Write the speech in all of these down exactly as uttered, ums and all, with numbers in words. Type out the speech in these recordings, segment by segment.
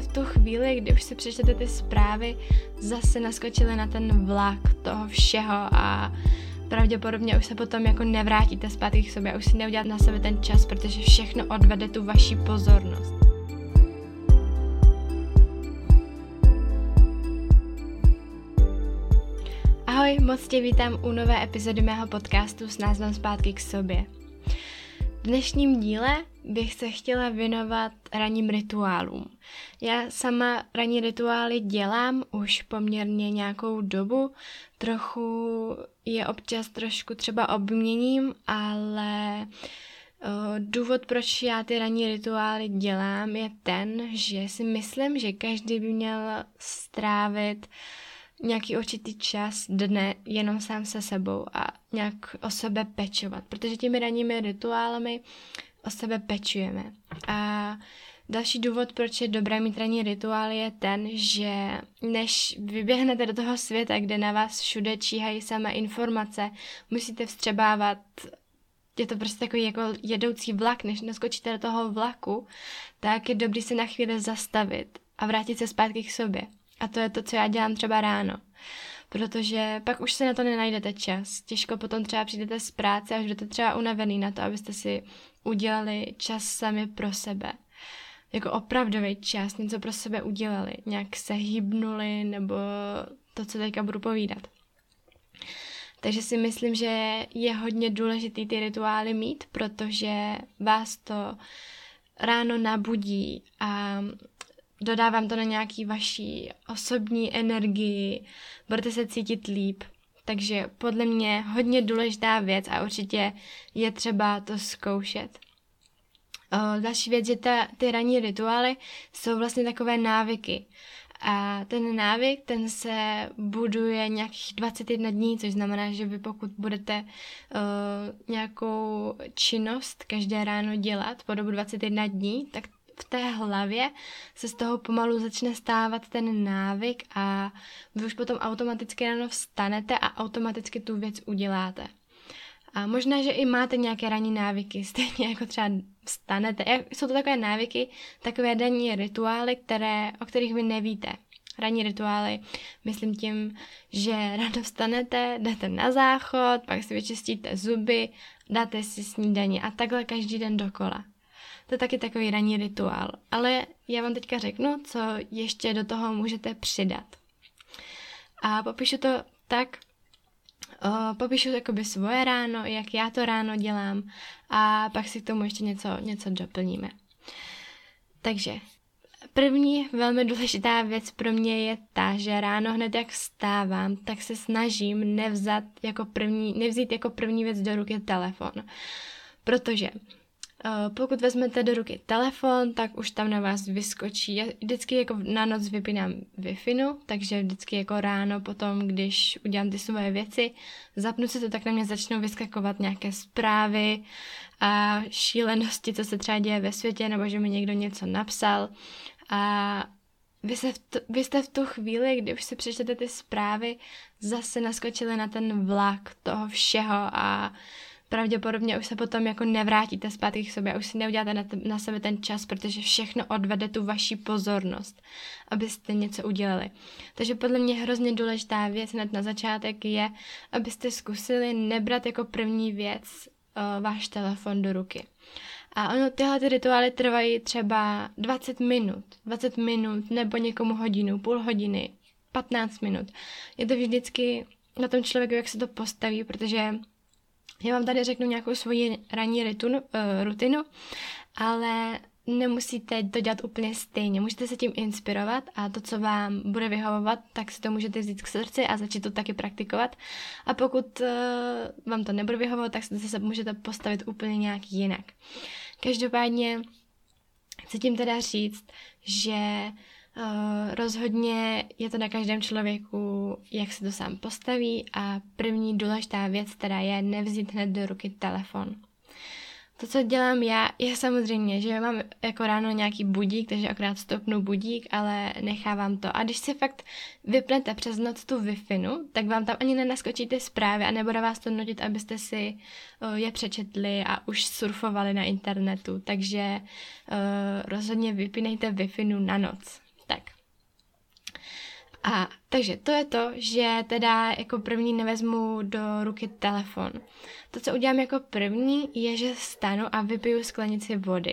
v tu chvíli, kdy už si přečtete ty zprávy, zase naskočili na ten vlak toho všeho a pravděpodobně už se potom jako nevrátíte zpátky k sobě, už si neuděláte na sebe ten čas, protože všechno odvede tu vaši pozornost. Ahoj, moc tě vítám u nové epizody mého podcastu s názvem Zpátky k sobě. V dnešním díle bych se chtěla věnovat ranním rituálům. Já sama ranní rituály dělám už poměrně nějakou dobu, trochu je občas trošku třeba obměním, ale důvod, proč já ty ranní rituály dělám, je ten, že si myslím, že každý by měl strávit nějaký určitý čas dne jenom sám se sebou a nějak o sebe pečovat, protože těmi ranními rituálami o sebe pečujeme. A další důvod, proč je dobré mít ranní rituály, je ten, že než vyběhnete do toho světa, kde na vás všude číhají samé informace, musíte vstřebávat, je to prostě takový jako jedoucí vlak, než naskočíte do toho vlaku, tak je dobrý se na chvíli zastavit a vrátit se zpátky k sobě. A to je to, co já dělám třeba ráno, protože pak už se na to nenajdete čas. Těžko potom třeba přijdete z práce a už budete třeba unavený na to, abyste si udělali čas sami pro sebe. Jako opravdový čas, něco pro sebe udělali, nějak se hýbnuli nebo to, co teďka budu povídat. Takže si myslím, že je hodně důležitý ty rituály mít, protože vás to ráno nabudí a dodávám to na nějaký vaší osobní energii, budete se cítit líp. Takže podle mě hodně důležitá věc a určitě je třeba to zkoušet. O, další věc, že ta, ty ranní rituály jsou vlastně takové návyky. A ten návyk, ten se buduje nějakých dvacet jedna dní, což znamená, že vy pokud budete uh, nějakou činnost každé ráno dělat po dobu dvacet jedna dní, tak v té hlavě se z toho pomalu začne stávat ten návyk a vy už potom automaticky ráno vstanete a automaticky tu věc uděláte. A možná, že i máte nějaké ranní návyky, stejně jako třeba vstanete. Jsou to takové návyky, takové ranní rituály, které, o kterých vy nevíte. Ranní rituály, myslím tím, že ráno vstanete, jdete na záchod, pak si vyčistíte zuby, dáte si snídaní a takhle každý den dokola. To je taky takový ranní rituál. Ale já vám teďka řeknu, co ještě do toho můžete přidat. A popíšu to tak, o, popíšu jakoby svoje ráno, jak já to ráno dělám a pak si k tomu ještě něco, něco doplníme. Takže první velmi důležitá věc pro mě je ta, že ráno hned jak vstávám, tak se snažím nevzat jako první, nevzít jako první věc do ruky telefon. Protože pokud vezmete do ruky telefon, tak už tam na vás vyskočí. Já vždycky jako na noc vypínám Wi-Fi, takže vždycky jako ráno potom, když udělám ty svoje věci, zapnu si to, tak na mě začnou vyskakovat nějaké zprávy a šílenosti, co se třeba děje ve světě, nebo že mi někdo něco napsal. A vy, se v t- vy jste v tu chvíli, kdy už si přečtete ty zprávy, zase naskočili na ten vlak toho všeho a pravděpodobně už se potom jako nevrátíte zpátky k sobě, už si neuděláte na, t- na sebe ten čas, protože všechno odvede tu vaši pozornost, abyste něco udělali. Takže podle mě hrozně důležitá věc hned na začátek je, abyste zkusili nebrat jako první věc o, váš telefon do ruky. A ono, tyhle ty rituály trvají třeba dvacet minut, dvacet minut nebo někomu hodinu, půl hodiny, patnáct minut. Je to vždycky na tom člověku, jak se to postaví, protože já vám tady řeknu nějakou svoji ranní rutinu, uh, rutinu, ale nemusíte to dělat úplně stejně. Můžete se tím inspirovat a to, co vám bude vyhovovat, tak si to můžete vzít k srdci a začít to taky praktikovat. A pokud uh, vám to nebude vyhovovat, tak se můžete postavit úplně nějak jinak. Každopádně chci tím teda říct, že Uh, rozhodně je to na každém člověku, jak se to sám postaví a první důležitá věc teda je nevzít hned do ruky telefon. To, co dělám já, je samozřejmě, že mám jako ráno nějaký budík, takže akorát stopnu budík, ale nechávám to. A když si fakt vypnete přes noc tu Wi-Fi, tak vám tam ani nenaskočí ty zprávy a nebude vás to nutit, abyste si uh, je přečetli a už surfovali na internetu. Takže uh, rozhodně vypínejte Wi-Fi na noc. A takže to je to, že teda jako první nevezmu do ruky telefon. To, co udělám jako první, je, že vstanu a vypiju sklenici vody.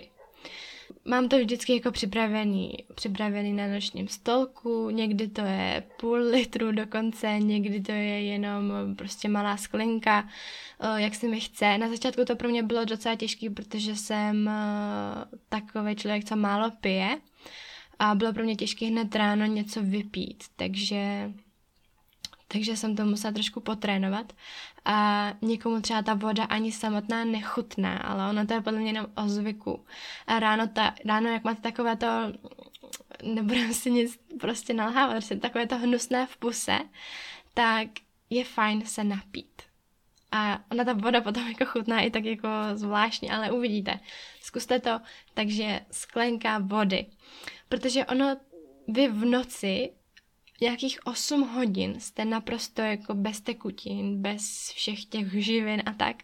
Mám to vždycky jako připravený, připravený na nočním stolku, někdy to je půl litru dokonce, někdy to je jenom prostě malá sklenka, jak se mi chce. Na začátku to pro mě bylo docela těžké, protože jsem takový člověk, co málo pije a bylo pro mě těžké hned ráno něco vypít, takže... Takže jsem to musela trošku potrénovat a někomu třeba ta voda ani samotná nechutná, ale ono to je podle mě jenom o zvyku. A ráno, ta, ráno jak máte takové to, nebudem si nic prostě nalhávat, prostě takové to hnusné v puse, tak je fajn se napít. A ona ta voda potom jako chutná i tak jako zvláštně, ale uvidíte. Zkuste to, takže sklenka vody. Protože ono, vy v noci nějakých osm hodin jste naprosto jako bez tekutin, bez všech těch živin a tak.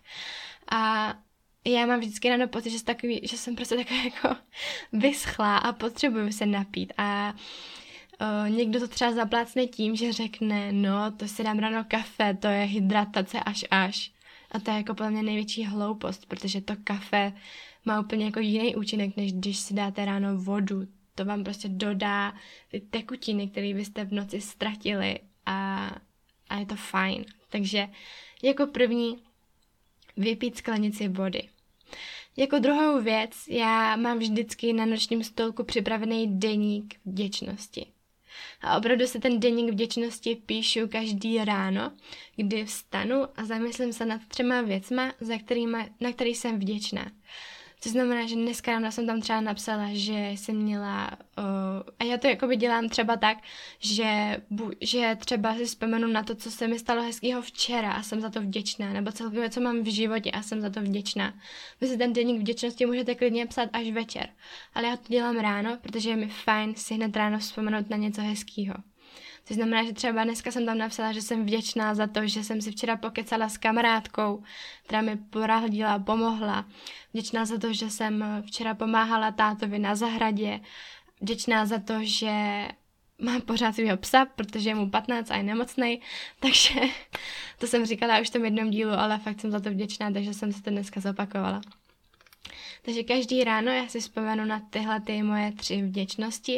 A já mám vždycky ráno pocit, že, takový, že jsem prostě taková jako vyschlá a potřebuju se napít. A o, někdo to třeba zaplácne tím, že řekne, no, to si dám ráno kafe, to je hydratace až až. A to je jako podle mě největší hloupost, protože to kafe má úplně jako jiný účinek, než když si dáte ráno vodu. To vám prostě dodá ty tekutiny, které byste v noci ztratili a, a je to fajn. Takže jako první vypít sklenici vody. Jako druhou věc, já mám vždycky na nočním stolku připravený deník vděčnosti. A opravdu se ten deník vděčnosti píšu každý ráno, kdy vstanu a zamyslím se nad třema věcma, za kterýma, na který jsem vděčná. To znamená, že dneska ráno jsem tam třeba napsala, že jsem měla, uh, a já to jakoby dělám třeba tak, že, bu, že třeba si vzpomenu na to, co se mi stalo hezkýho včera a jsem za to vděčná, nebo celkově, co mám v životě a jsem za to vděčná. Vy si ten deník vděčnosti můžete klidně psát až večer, ale já to dělám ráno, protože je mi fajn si hned ráno vzpomenout na něco hezkýho. Což znamená, že třeba dneska jsem tam napsala, že jsem vděčná za to, že jsem si včera pokecala s kamarádkou, která mi poradila, pomohla. Vděčná za to, že jsem včera pomáhala tátovi na zahradě. Vděčná za to, že mám pořád svýho psa, protože je mu patnáct a je nemocnej. Takže to jsem říkala už v tom jednom dílu, ale fakt jsem za to vděčná, takže jsem si to dneska zopakovala. Takže každý ráno já si vzpomenu na tyhle ty moje tři vděčnosti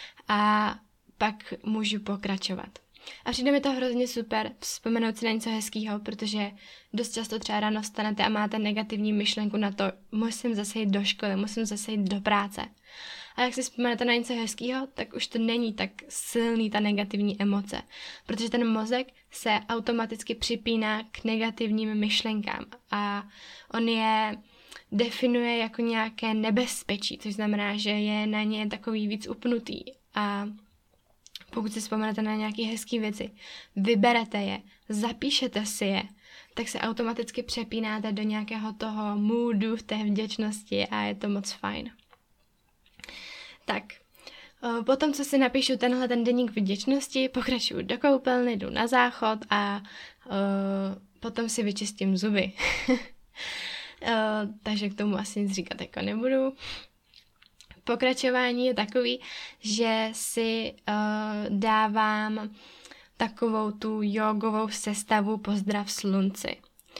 a pak můžu pokračovat. A přijde mi to hrozně super vzpomenout si na něco hezkýho, protože dost často třeba ráno vstanete a máte negativní myšlenku na to, musím zase jít do školy, musím zase jít do práce. A jak si vzpomenete na něco hezkýho, tak už to není tak silný ta negativní emoce, protože ten mozek se automaticky připíná k negativním myšlenkám a on je definuje jako nějaké nebezpečí, což znamená, že je na ně takový víc upnutý a pokud si vzpomenete na nějaké hezké věci, vyberete je, zapíšete si je, tak se automaticky přepínáte do nějakého toho moodu v té vděčnosti a je to moc fajn. Tak, potom, co si napíšu tenhle ten deník vděčnosti, pokračuju do koupelny, jdu na záchod a uh, potom si vyčistím zuby. uh, takže k tomu asi nic říkat jako nebudu. Pokračování je takový, že si uh, dávám takovou tu jogovou sestavu Pozdrav slunci.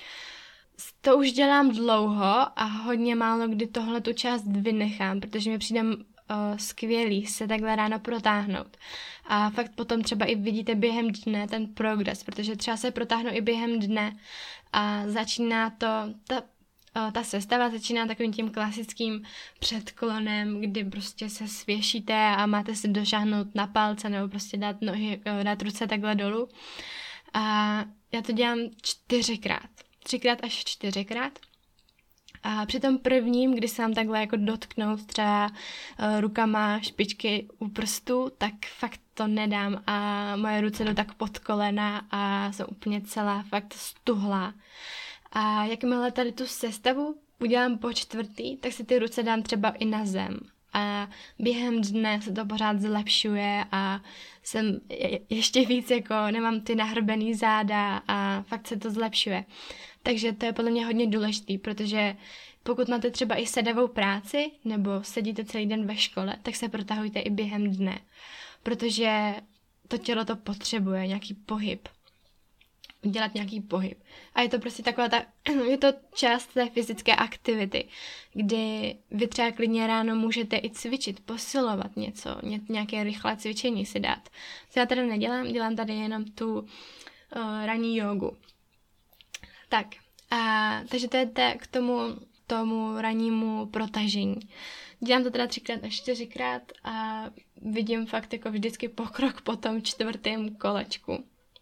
To už dělám dlouho a hodně málo kdy tohle tu část vynechám, protože mi přijde uh, skvělý se takhle ráno protáhnout. A fakt potom třeba i vidíte během dne ten progres, protože třeba se protáhnu i během dne a začíná to... Ta, Ta sestava začíná takovým tím klasickým předklonem, kdy prostě se svěšíte a máte si došáhnout na palce nebo prostě dát nohy, dát ruce takhle dolů. A já to dělám čtyřikrát. Třikrát až čtyřikrát. A při tom prvním, kdy se mám takhle jako dotknout třeba rukama špičky u prstů, tak fakt to nedám a moje ruce jdou tak pod kolena a jsem úplně celá fakt stuhlá. A jakmile tady tu sestavu udělám po čtvrtý, tak si ty ruce dám třeba i na zem. A během dne se to pořád zlepšuje a jsem je- ještě víc jako nemám ty nahrbený záda a fakt se to zlepšuje. Takže to je podle mě hodně důležitý, protože pokud máte třeba i sedavou práci nebo sedíte celý den ve škole, tak se protahujte i během dne. Protože to tělo to potřebuje, nějaký pohyb. Udělat nějaký pohyb. A je to prostě taková ta, je to část té fyzické aktivity, kdy vy třeba klidně ráno můžete i cvičit, posilovat něco, ně, nějaké rychlé cvičení si dát. Co já tady nedělám, dělám tady jenom tu uh, ranní jogu. Tak, a, takže to je te, k tomu, tomu rannímu protažení. Dělám to teda třikrát až čtyřikrát a vidím fakt jako vždycky pokrok po tom čtvrtém kolečku.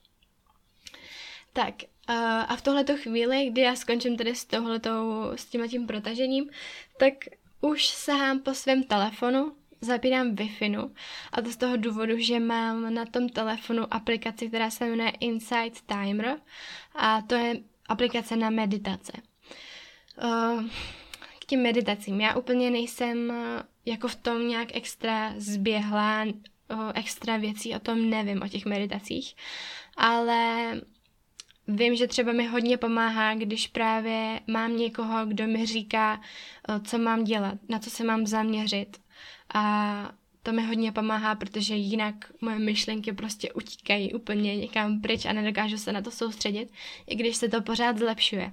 Tak a v tohleto chvíli, kdy já skončím tady s tohletou, s tímhletím protažením, tak už sahám po svém telefonu, zapínám Wi-Fi, a to z toho důvodu, že mám na tom telefonu aplikaci, která se jmenuje Insight Timer, a to je aplikace na meditace. K tím meditacím. Já úplně nejsem jako v tom nějak extra zběhlá, extra věcí o tom nevím, o těch meditacích, ale vím, že třeba mi hodně pomáhá, když právě mám někoho, kdo mi říká, co mám dělat, na co se mám zaměřit. A to mi hodně pomáhá, protože jinak moje myšlenky prostě utíkají úplně někam pryč a nedokážu se na to soustředit, i když se to pořád zlepšuje.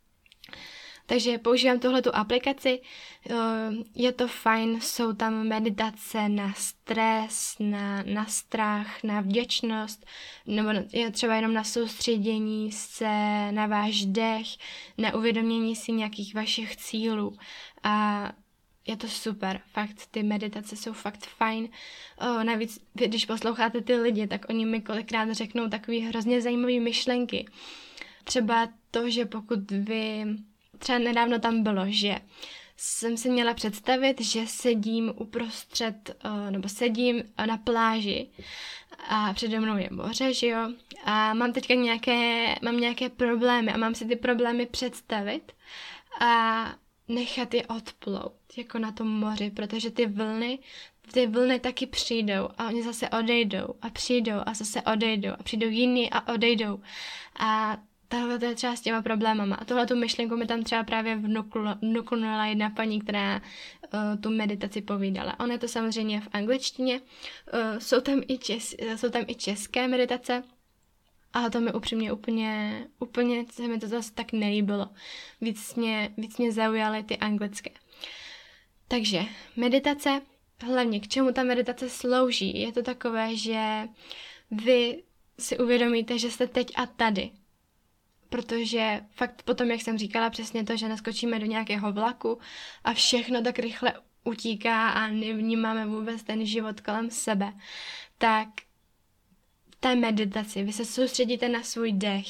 Takže používám tuhletu aplikaci, je to fajn, jsou tam meditace na stres, na, na strach, na vděčnost, nebo je třeba jenom na soustředění se na váš dech, na uvědomění si nějakých vašich cílů. A je to super, fakt, ty meditace jsou fakt fajn. O, navíc, když posloucháte ty lidi, tak oni mi kolikrát řeknou takový hrozně zajímavé myšlenky. Třeba to, že pokud vy... Třeba nedávno tam bylo, že jsem si měla představit, že sedím uprostřed, nebo sedím na pláži a přede mnou je moře, že jo, a mám teďka nějaké, mám nějaké problémy a mám si ty problémy představit a nechat je odplout, jako na tom moři, protože ty vlny, ty vlny taky přijdou a oni zase odejdou a přijdou a zase odejdou a přijdou jiní a odejdou. A tohle to je třeba s těma problémama. A tohle tu myšlenku mi tam třeba právě vnuknula jedna paní, která uh, tu meditaci povídala. Ona je to samozřejmě v angličtině, uh, jsou, tam i čes, jsou tam i české meditace, ale to mi upřímně úplně, úplně se mi to zase tak nelíbilo. Víc mě, víc mě zaujaly ty anglické. Takže meditace, hlavně k čemu ta meditace slouží, je to takové, že vy si uvědomíte, že jste teď a tady. Protože fakt potom, jak jsem říkala, přesně to, že naskočíme do nějakého vlaku a všechno tak rychle utíká a nevnímáme vůbec ten život kolem sebe, tak v té meditaci vy se soustředíte na svůj dech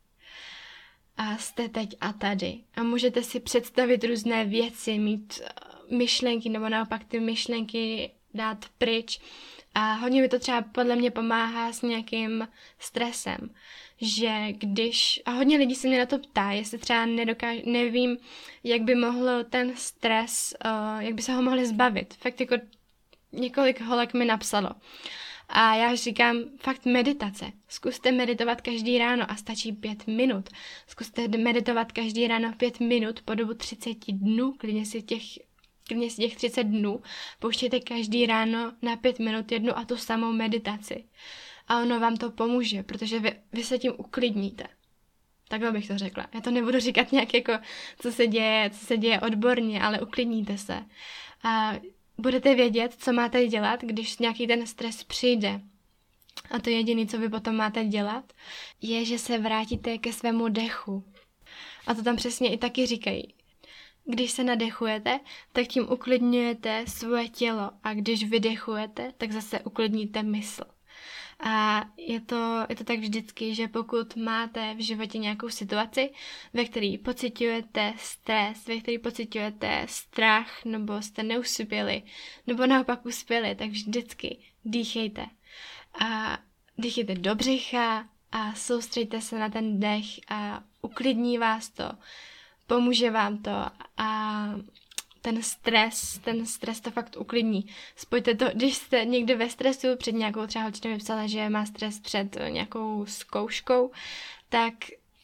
a jste teď a tady. A můžete si představit různé věci, mít myšlenky nebo naopak ty myšlenky dát pryč. A hodně mi to třeba podle mě pomáhá s nějakým stresem, že když, a hodně lidí se mě na to ptá, jestli třeba nedokáž, nevím, jak by mohl ten stres, uh, jak by se ho mohli zbavit. Fakt jako několik holek mi napsalo. A já říkám, fakt meditace. Zkuste meditovat každý ráno a stačí pět minut. Zkuste meditovat každý ráno pět minut po dobu třicet dnů, klidně si těch Klidně si těch třicet dnů pouštějte každý ráno na pět minut jednu a tu samou meditaci. A ono vám to pomůže, protože vy, vy se tím uklidníte. Takhle bych to řekla. Já to nebudu říkat nějak jako, co se děje, co se děje odborně, ale uklidníte se. A budete vědět, co máte dělat, když nějaký ten stres přijde. A to jediné, co vy potom máte dělat, je, že se vrátíte ke svému dechu. A to tam přesně i taky říkají. Když se nadechujete, tak tím uklidňujete svoje tělo a když vydechujete, tak zase uklidníte mysl. A je to, je to tak vždycky, že pokud máte v životě nějakou situaci, ve které pociťujete stres, ve které pociťujete strach, nebo jste neuspěli, nebo naopak uspěli, tak vždycky dýchejte. A dýchejte do břicha a soustřeďte se na ten dech a uklidní vás to. Pomůže vám to a ten stres, ten stres to fakt uklidní. Spojte to, když jste někde ve stresu, před nějakou třeba holčina mi psala, že má stres před nějakou zkouškou, tak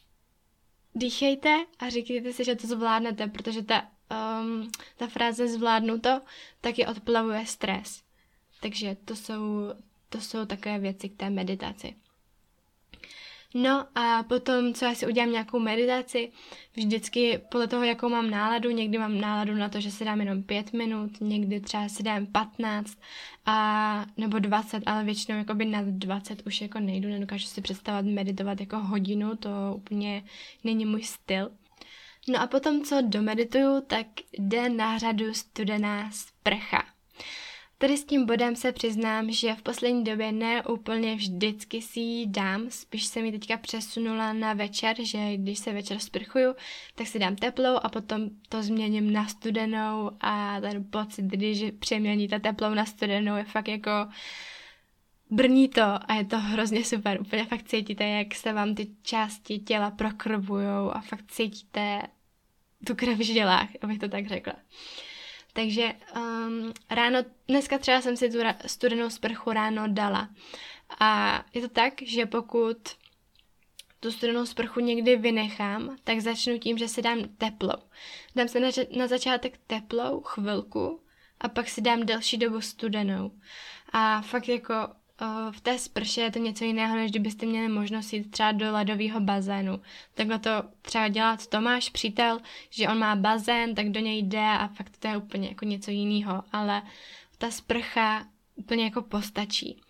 dýchejte a říkejte si, že to zvládnete, protože ta, um, ta fráze zvládnu to, taky odplavuje stres. Takže to jsou to jsou takové věci k té meditaci. No a potom, co já si udělám nějakou meditaci, vždycky podle toho, jakou mám náladu, někdy mám náladu na to, že si dám jenom pět minut, někdy třeba si dám patnáct a, nebo dvacet, ale většinou jakoby nad dvacet už jako nejdu, nedokážu si představit meditovat jako hodinu, to úplně není můj styl. No a potom, co domedituju, tak jde na řadu studená sprcha. Tady s tím bodem se přiznám, že v poslední době ne úplně vždycky si ji dám, spíš se mi teďka přesunula na večer, že když se večer sprchuju, tak si dám teplou a potom to změním na studenou a ten pocit, když přeměníte teplou na studenou, je fakt jako brní to a je to hrozně super. Úplně fakt cítíte, jak se vám ty části těla prokrvujou a fakt cítíte tu krev v žilách, abych to tak řekla. Takže um, ráno, dneska třeba jsem si tu studenou sprchu ráno dala. A je to tak, že pokud tu studenou sprchu někdy vynechám, tak začnu tím, že si dám teplou. Dám se na, na začátek teplou chvilku a pak si dám delší dobu studenou. A fakt jako uh, v té sprše je to něco jiného, než kdybyste měli možnost jít třeba do ledového bazénu. Takhle to třeba dělat Tomáš, přítel, že on má bazén, tak do něj jde a fakt to je úplně jako něco jiného, ale ta sprcha úplně jako postačí.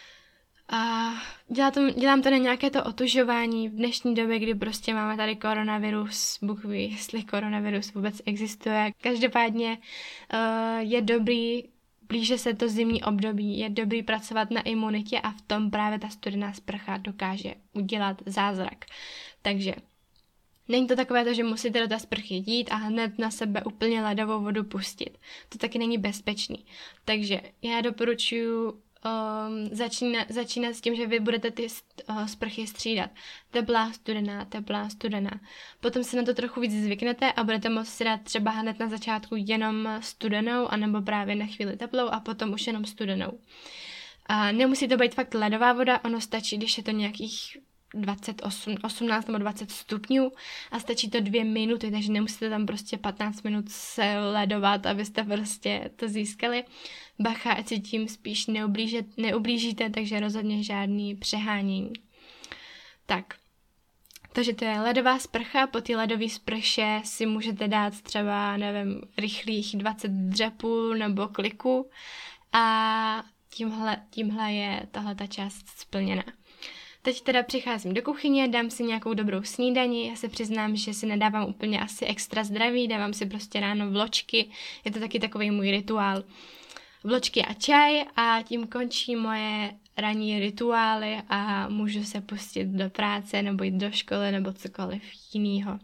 A dělám to, dělám to na nějaké to otužování v dnešní době, kdy prostě máme tady koronavirus, Bůh ví, jestli koronavirus vůbec existuje. Každopádně uh, je dobrý, blíže se to zimní období, je dobrý pracovat na imunitě a v tom právě ta studená sprcha dokáže udělat zázrak. Takže není to takové to, že musíte do té sprchy jít a hned na sebe úplně ledovou vodu pustit. To taky není bezpečný. Takže já doporučuji um, začínat, začínat s tím, že vy budete ty uh, sprchy střídat. Teplá, studená, teplá, studená. Potom se na to trochu víc zvyknete a budete moct si dát třeba hned na začátku jenom studenou, anebo právě na chvíli teplou a potom už jenom studenou. A nemusí to být fakt ledová voda, ono stačí, když je to nějakých dvacet osm, osmnáct nebo dvacet stupňů a stačí to dvě minuty, takže nemusíte tam prostě patnáct minut se ledovat, abyste prostě to získali. Bacha, ať si tím spíš neublížíte, takže rozhodně žádný přehánění. Tak, takže to je ledová sprcha, po té ledové sprše si můžete dát třeba, nevím, rychlých dvacet dřepů nebo kliků a tímhle, tímhle je tahle ta část splněná. Teď teda přicházím do kuchyně, dám si nějakou dobrou snídani, já se přiznám, že si nedávám úplně asi extra zdraví, dávám si prostě ráno vločky, je to taky takový můj rituál. Vločky a čaj a tím končí moje ranní rituály a můžu se pustit do práce nebo jít do školy nebo cokoliv jinýho.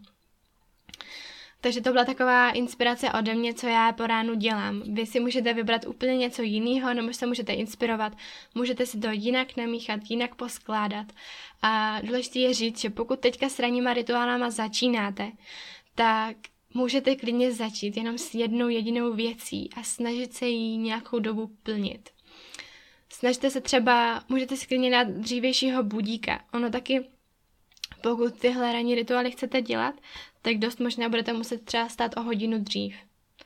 Takže to byla taková inspirace ode mě, co já po ránu dělám. Vy si můžete vybrat úplně něco jiného, nebo se můžete inspirovat, můžete si to jinak namíchat, jinak poskládat. A důležité je říct, že pokud teďka s ranníma rituálama začínáte, tak můžete klidně začít jenom s jednou jedinou věcí a snažit se jí nějakou dobu plnit. Snažte se třeba, můžete si klidně dát dřívějšího budíka. Ono taky, pokud tyhle ranní rituály chcete dělat, tak dost možná budete muset třeba stát o hodinu dřív.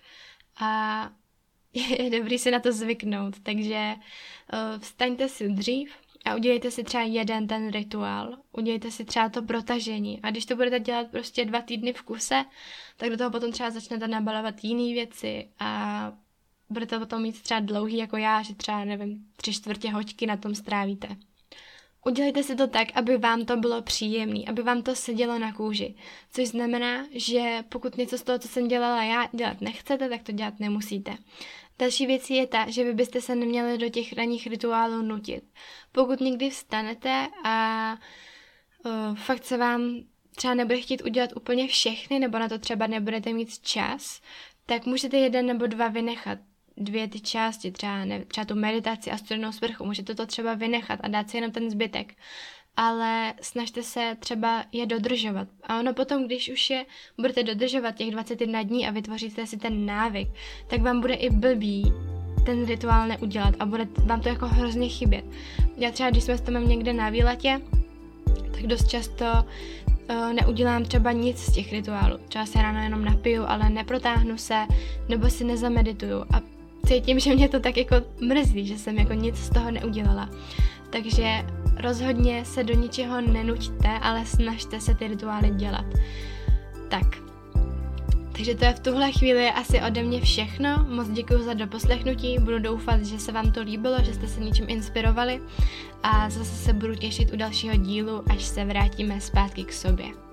A je dobrý si na to zvyknout, takže uh, vstaňte si dřív a udělejte si třeba jeden ten rituál. Udělejte si třeba to protažení. A když to budete dělat prostě dva týdny v kuse, tak do toho potom třeba začnete nabalovat jiné věci a budete potom mít třeba dlouhý jako já, že třeba, nevím, tři čtvrtě hoďky na tom strávíte. Udělejte si to tak, aby vám to bylo příjemné, aby vám to sedělo na kůži. Což znamená, že pokud něco z toho, co jsem dělala já, dělat nechcete, tak to dělat nemusíte. Další věc je ta, že vy byste se neměli do těch ranních rituálů nutit. Pokud někdy vstanete a uh, fakt se vám třeba nebude chtít udělat úplně všechny, nebo na to třeba nebudete mít čas, tak můžete jeden nebo dva vynechat. Dvě ty části, třeba, ne, třeba tu meditaci a studenou sprchu, můžete to třeba vynechat a dát si jenom ten zbytek. Ale snažte se třeba je dodržovat. A ono potom, když už je budete dodržovat těch dvacet jedna dní a vytvoříte si ten návyk, tak vám bude i blbý ten rituál neudělat a bude vám to jako hrozně chybět. Já třeba, když jsme s Tomem někde na výletě, tak dost často uh, neudělám třeba nic z těch rituálů. Třeba se ráno jenom napiju, ale neprotáhnu se, nebo si nezamedituju. A cítím, že mě to tak jako mrzí, že jsem jako nic z toho neudělala. Takže rozhodně se do ničeho nenuďte, ale snažte se ty rituály dělat. Tak. Takže to je v tuhle chvíli asi ode mě všechno. Moc děkuji za doposlechnutí, budu doufat, že se vám to líbilo, že jste se něčím inspirovali a zase se budu těšit u dalšího dílu, až se vrátíme zpátky k sobě.